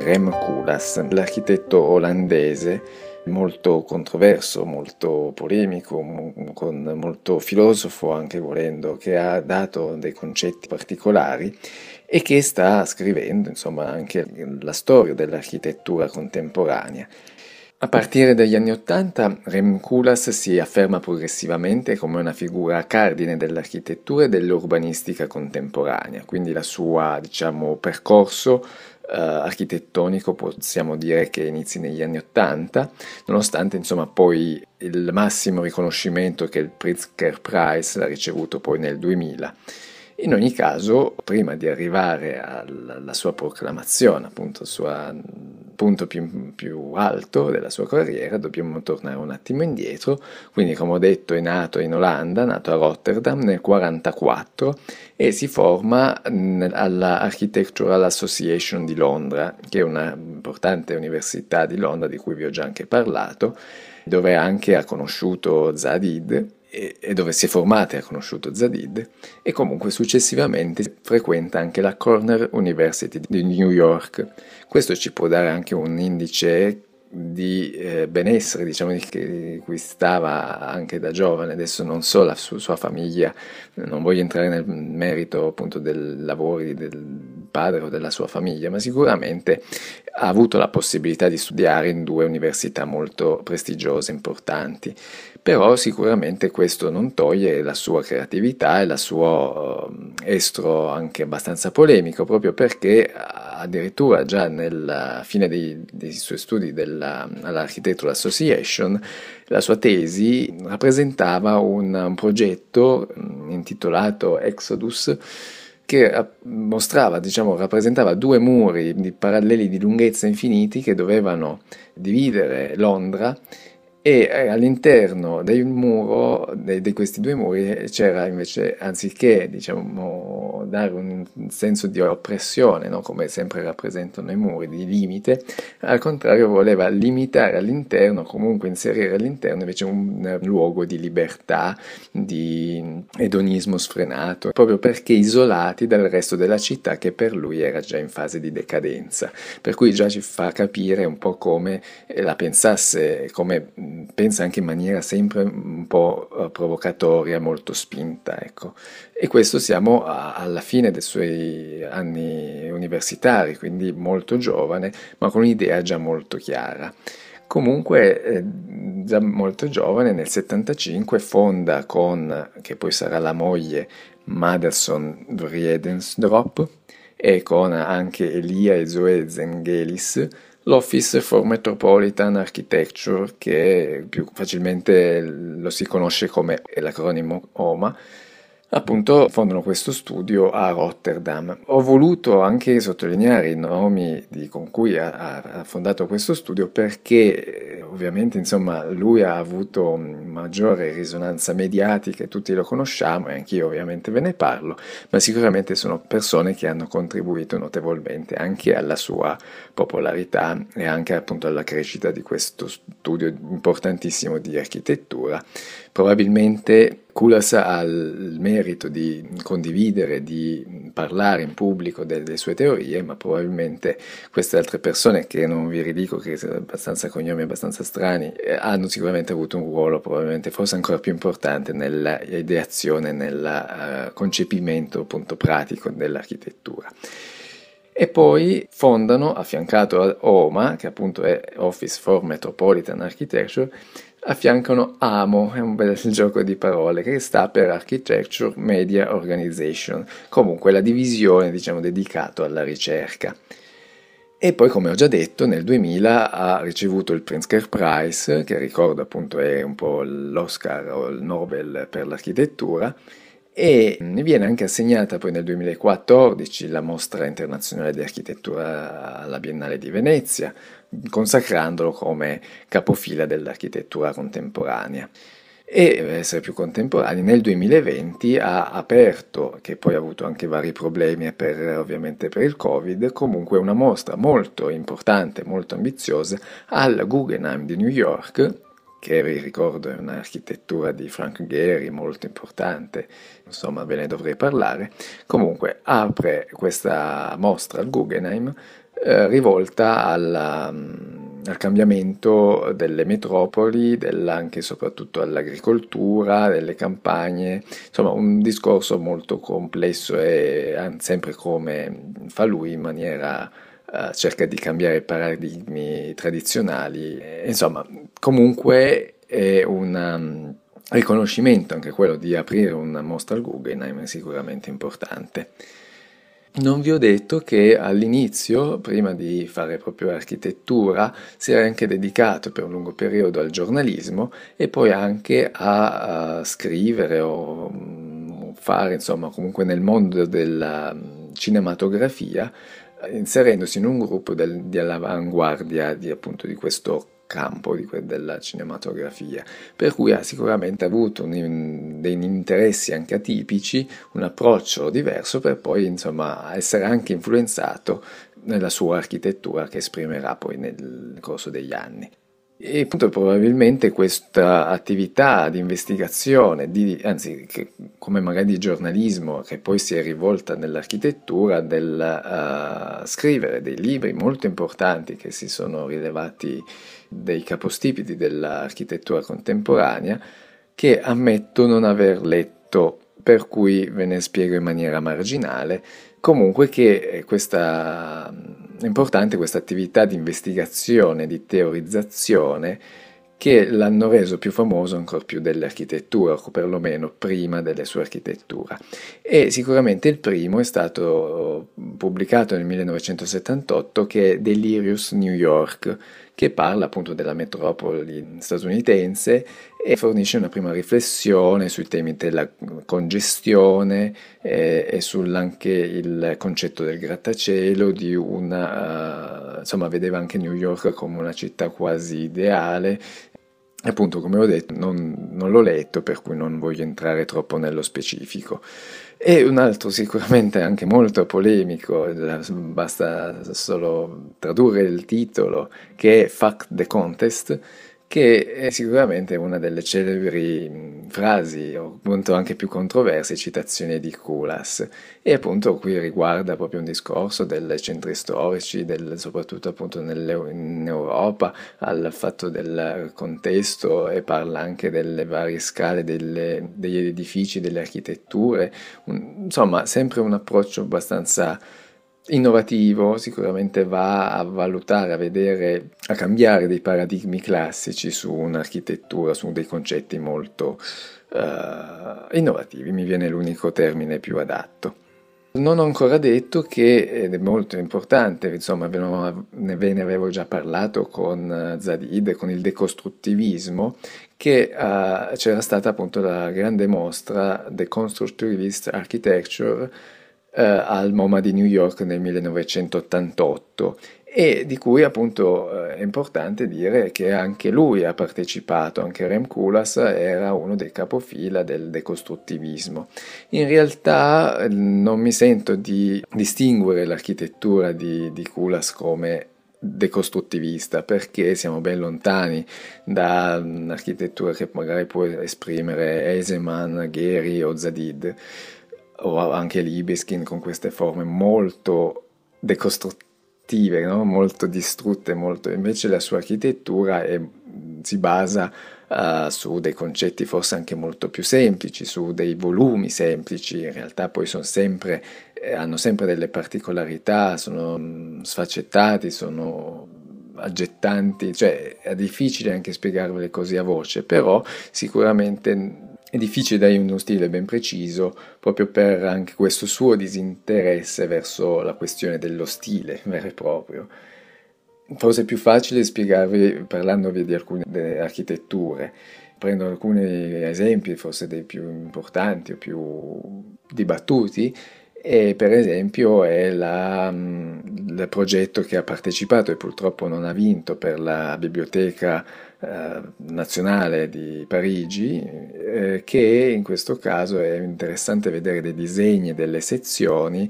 Rem Koolhaas, l'architetto olandese molto controverso, molto polemico, con molto filosofo anche volendo, che ha dato dei concetti particolari e che sta scrivendo, insomma, anche la storia dell'architettura contemporanea. A partire dagli anni Ottanta, Rem Koolhaas si afferma progressivamente come una figura cardine dell'architettura e dell'urbanistica contemporanea, quindi la sua, diciamo, percorso architettonico possiamo dire che inizi negli anni Ottanta, nonostante insomma poi il massimo riconoscimento che il Pritzker Prize l'ha ricevuto poi nel 2000. In ogni caso, prima di arrivare alla sua proclamazione, appunto al suo punto più alto della sua carriera, dobbiamo tornare un attimo indietro. Quindi, come ho detto, è nato in Olanda, nato a Rotterdam nel 1944 e si forma alla Architectural Association di Londra, che è una importante università di Londra di cui vi ho già anche parlato, dove anche ha conosciuto Zadid e dove si è formato e ha conosciuto Zadid, e comunque successivamente frequenta anche la Cornell University di New York. Questo ci può dare anche un indice di benessere, diciamo, di cui stava anche da giovane. Adesso non so la sua famiglia, non voglio entrare nel merito appunto dei lavori del padre o della sua famiglia, ma sicuramente ha avuto la possibilità di studiare in due università molto prestigiose, importanti. Però sicuramente questo non toglie la sua creatività e il suo estro anche abbastanza polemico, proprio perché addirittura già nella fine dei suoi studi all'Architectural Association la sua tesi rappresentava un progetto intitolato Exodus, che mostrava, diciamo, rappresentava due muri paralleli di lunghezza infiniti che dovevano dividere Londra, e all'interno del muro, di questi due muri, c'era invece, anziché, diciamo, dare un senso di oppressione, no? Come sempre rappresentano i muri, di limite, al contrario voleva limitare all'interno, comunque inserire all'interno invece un luogo di libertà, di edonismo sfrenato, proprio perché isolati dal resto della città che per lui era già in fase di decadenza. Per cui già ci fa capire un po' come la pensasse, come pensa anche in maniera sempre un po' provocatoria, molto spinta, ecco. E questo siamo alla fine dei suoi anni universitari, quindi molto giovane, ma con un'idea già molto chiara. Comunque, già molto giovane, nel 75 fonda con, che poi sarà la moglie, Madelson Vriedensdorp, e con anche Elia e Zoe Zengelis, l'Office for Metropolitan Architecture, che più facilmente lo si conosce come l'acronimo OMA. Appunto fondano questo studio a Rotterdam. Ho voluto anche sottolineare i nomi con cui ha fondato questo studio perché ovviamente insomma lui ha avuto maggiore risonanza mediatica e tutti lo conosciamo e anch'io ovviamente ve ne parlo, ma sicuramente sono persone che hanno contribuito notevolmente anche alla sua popolarità e anche appunto alla crescita di questo studio importantissimo di architettura. Probabilmente Koolhaas ha il merito di condividere, di parlare in pubblico delle sue teorie, ma probabilmente queste altre persone, che non vi ridico, che sono abbastanza cognomi abbastanza strani, hanno sicuramente avuto un ruolo, probabilmente forse ancora più importante nella ideazione, nel concepimento appunto pratico dell'architettura. E poi fondano, affiancato a OMA, che appunto è Office for Metropolitan Architecture, affiancano AMO, è un bel gioco di parole, che sta per Architecture Media Organization, comunque la divisione, diciamo, dedicato alla ricerca. E poi, come ho già detto, nel 2000 ha ricevuto il Pritzker Prize, che ricordo appunto è un po' l'Oscar o il Nobel per l'architettura, e viene anche assegnata poi nel 2014 la Mostra internazionale di architettura alla Biennale di Venezia, consacrandolo come capofila dell'architettura contemporanea. E per essere più contemporanei, nel 2020 ha aperto, che poi ha avuto anche vari problemi ovviamente per il Covid, comunque una mostra molto importante, molto ambiziosa al Guggenheim di New York, che vi ricordo è un'architettura di Frank Gehry molto importante, insomma ve ne dovrei parlare. Comunque apre questa mostra al Guggenheim rivolta al cambiamento delle metropoli, anche e soprattutto all'agricoltura, delle campagne, insomma un discorso molto complesso e sempre come fa lui in maniera cerca di cambiare i paradigmi tradizionali. Insomma, comunque è un riconoscimento anche quello di aprire una mostra al Guggenheim è sicuramente importante. Non vi ho detto che all'inizio, prima di fare proprio architettura, si era anche dedicato per un lungo periodo al giornalismo e poi anche a scrivere o fare, insomma, comunque nel mondo della cinematografia, inserendosi in un gruppo di all'avanguardia appunto di questo campo della cinematografia, per cui ha sicuramente avuto dei interessi anche atipici, un approccio diverso per poi insomma essere anche influenzato nella sua architettura che esprimerà poi nel corso degli anni. E appunto probabilmente questa attività di investigazione, anzi come magari di giornalismo, che poi si è rivolta nell'architettura, del scrivere dei libri molto importanti che si sono rilevati dei capostipiti dell'architettura contemporanea, che ammetto non aver letto, per cui ve ne spiego in maniera marginale. Comunque che è importante questa attività di investigazione, di teorizzazione, che l'hanno reso più famoso ancora più dell'architettura, o perlomeno prima delle sue architetture. E sicuramente il primo è stato pubblicato nel 1978, che è Delirious New York, che parla appunto della metropoli statunitense e fornisce una prima riflessione sui temi della congestione e sull'anche il concetto del grattacielo, insomma vedeva anche New York come una città quasi ideale. Appunto, come ho detto, non l'ho letto, per cui non voglio entrare troppo nello specifico. E un altro sicuramente anche molto polemico, basta solo tradurre il titolo, che è Fuck the Contest, che è sicuramente una delle celebri frasi, o appunto anche più controverse, citazioni di Kulas. E appunto qui riguarda proprio un discorso dei centri storici, soprattutto appunto in Europa, al fatto del contesto e parla anche delle varie scale degli edifici, delle architetture, insomma sempre un approccio abbastanza innovativo, sicuramente va a valutare, a vedere, a cambiare dei paradigmi classici su un'architettura, su dei concetti molto innovativi, mi viene l'unico termine più adatto. Non ho ancora detto che, ed è molto importante, insomma, ve ne avevo già parlato con Zadid, con il decostruttivismo, che c'era stata appunto la grande mostra The Constructivist Architecture al MoMA di New York nel 1988 e di cui appunto è importante dire che anche lui ha partecipato, anche Rem Koolhaas era uno dei capofila del decostruttivismo. In realtà non mi sento di distinguere l'architettura di Koolhaas come decostruttivista perché siamo ben lontani da un'architettura che magari può esprimere Eisenman, Gehry o Zadid o anche Libeskind con queste forme molto decostruttive, no? Molto distrutte, invece la sua architettura si basa su dei concetti forse anche molto più semplici, su dei volumi semplici, in realtà poi hanno sempre delle particolarità, sono sfaccettati, sono aggettanti, cioè è difficile anche spiegarvele così a voce, però sicuramente è difficile dargli uno stile ben preciso proprio per anche questo suo disinteresse verso la questione dello stile vero e proprio. Forse è più facile spiegarvi parlandovi di alcune delle architetture. Prendo alcuni esempi, forse dei più importanti o più dibattuti, e per esempio è il progetto che ha partecipato e purtroppo non ha vinto per la Biblioteca Nazionale di Parigi, che in questo caso è interessante vedere dei disegni e delle sezioni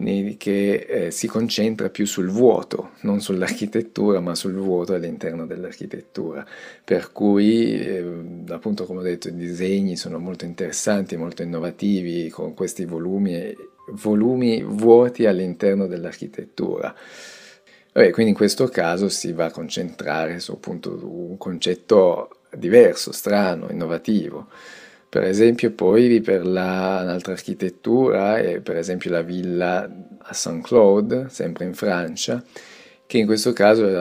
che si concentra più sul vuoto, non sull'architettura, ma sul vuoto all'interno dell'architettura. Per cui, appunto, come ho detto, i disegni sono molto interessanti, molto innovativi, con questi volumi vuoti all'interno dell'architettura. Vabbè, quindi in questo caso si va a concentrare su appunto un concetto diverso, strano, innovativo. Per esempio poi per un'altra architettura è per esempio la villa a Saint-Claude, sempre in Francia, che in questo caso era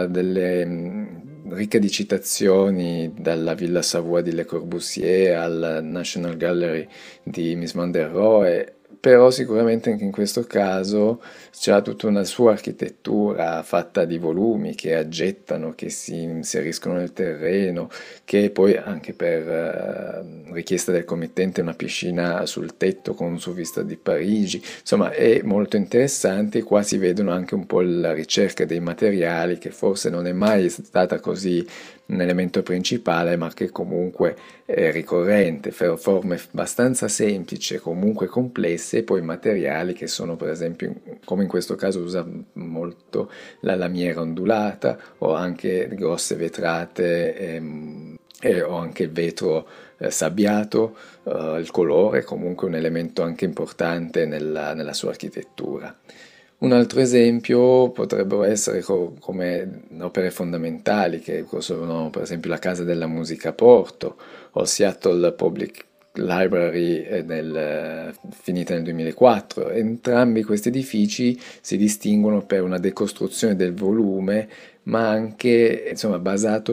ricca di citazioni dalla Villa Savoie di Le Corbusier al National Gallery di Mies van der Rohe, però sicuramente anche in questo caso c'è tutta una sua architettura fatta di volumi che aggettano, che si inseriscono nel terreno, che poi anche per richiesta del committente una piscina sul tetto con su vista di Parigi, insomma è molto interessante. Qua si vedono anche un po' la ricerca dei materiali che forse non è mai stata così un elemento principale, ma che comunque è ricorrente, forme abbastanza semplici e comunque complesse, e poi materiali che sono per esempio, come in questo caso usa molto la lamiera ondulata o anche grosse vetrate o anche il vetro sabbiato, il colore è comunque un elemento anche importante nella sua architettura. Un altro esempio potrebbero essere come opere fondamentali, che sono per esempio la Casa della Musica a Porto o il Seattle Public Library finita nel 2004. Entrambi questi edifici si distinguono per una decostruzione del volume, ma anche insomma, basato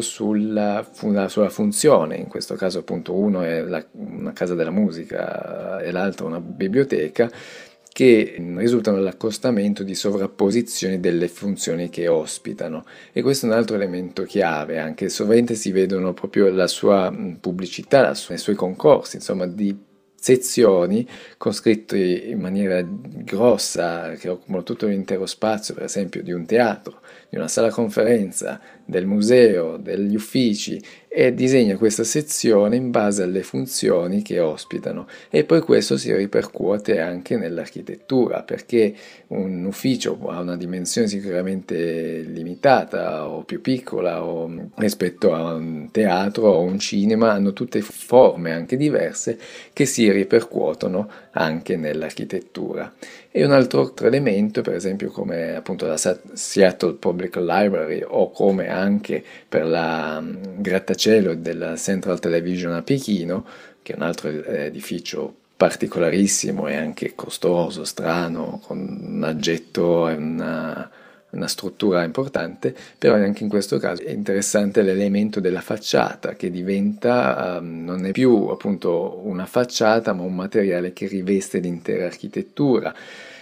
sulla funzione. In questo caso appunto uno è una casa della musica e l'altro una biblioteca, che risultano dall'accostamento di sovrapposizioni delle funzioni che ospitano. E questo è un altro elemento chiave, anche sovente si vedono proprio la sua pubblicità, i suoi concorsi, insomma, di sezioni con scritti in maniera grossa che occupano tutto l'intero spazio, per esempio di un teatro, di una sala conferenza, del museo, degli uffici, e disegna questa sezione in base alle funzioni che ospitano, e poi questo si ripercuote anche nell'architettura, perché un ufficio ha una dimensione sicuramente limitata o più piccola rispetto a un teatro o un cinema, hanno tutte forme anche diverse che si ripercuotono anche nell'architettura. E un altro elemento, per esempio come appunto la Seattle Public Library o come anche per la grattacielo della Central Television a Pechino, che è un altro edificio particolarissimo e anche costoso, strano, con un aggetto e una struttura importante, però anche in questo caso è interessante l'elemento della facciata, che diventa, non è più appunto una facciata, ma un materiale che riveste l'intera architettura.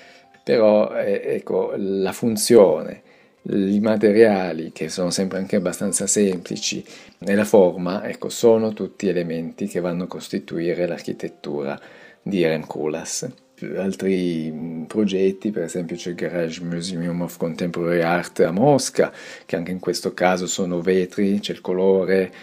Però ecco, la funzione, i materiali che sono sempre anche abbastanza semplici e la forma, ecco, sono tutti elementi che vanno a costituire l'architettura di Irem Koolhaas. Altri progetti, per esempio c'è il Garage Museum of Contemporary Art a Mosca, che anche in questo caso sono vetri, c'è il colore,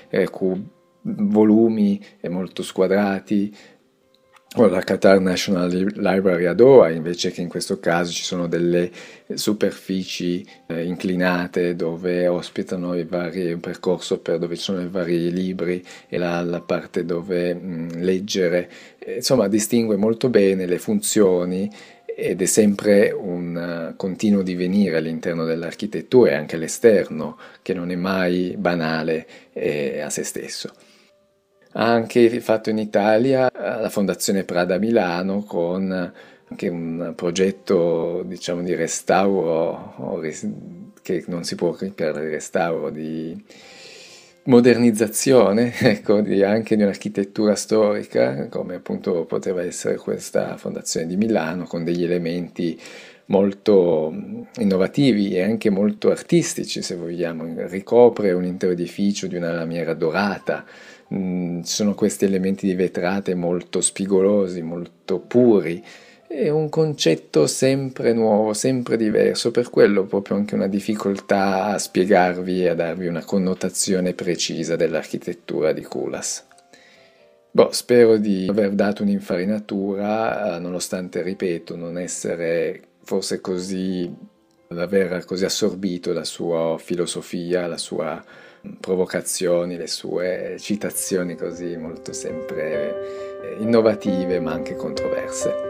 volumi molto squadrati, o la Qatar National Library a Doha, invece, che in questo caso ci sono delle superfici inclinate dove ospitano i vari un percorso per dove ci sono i vari libri e la parte dove leggere. Insomma, distingue molto bene le funzioni ed è sempre un continuo divenire all'interno dell'architettura e anche all'esterno, che non è mai banale a se stesso. Ha anche fatto in Italia la Fondazione Prada a Milano con anche un progetto, diciamo, di restauro, che non si può chiamare di restauro, di modernizzazione, ecco, anche di un'architettura storica, come appunto poteva essere questa Fondazione di Milano, con degli elementi molto innovativi e anche molto artistici, se vogliamo. Ricopre un intero edificio di una lamiera dorata. Ci sono questi elementi di vetrate molto spigolosi, molto puri. È un concetto sempre nuovo, sempre diverso, per quello proprio anche una difficoltà a spiegarvi e a darvi una connotazione precisa dell'architettura di Koolhaas. Spero di aver dato un'infarinatura, nonostante, ripeto, non essere forse così, aver così assorbito la sua filosofia, la sua provocazioni, le sue citazioni così molto sempre innovative ma anche controverse.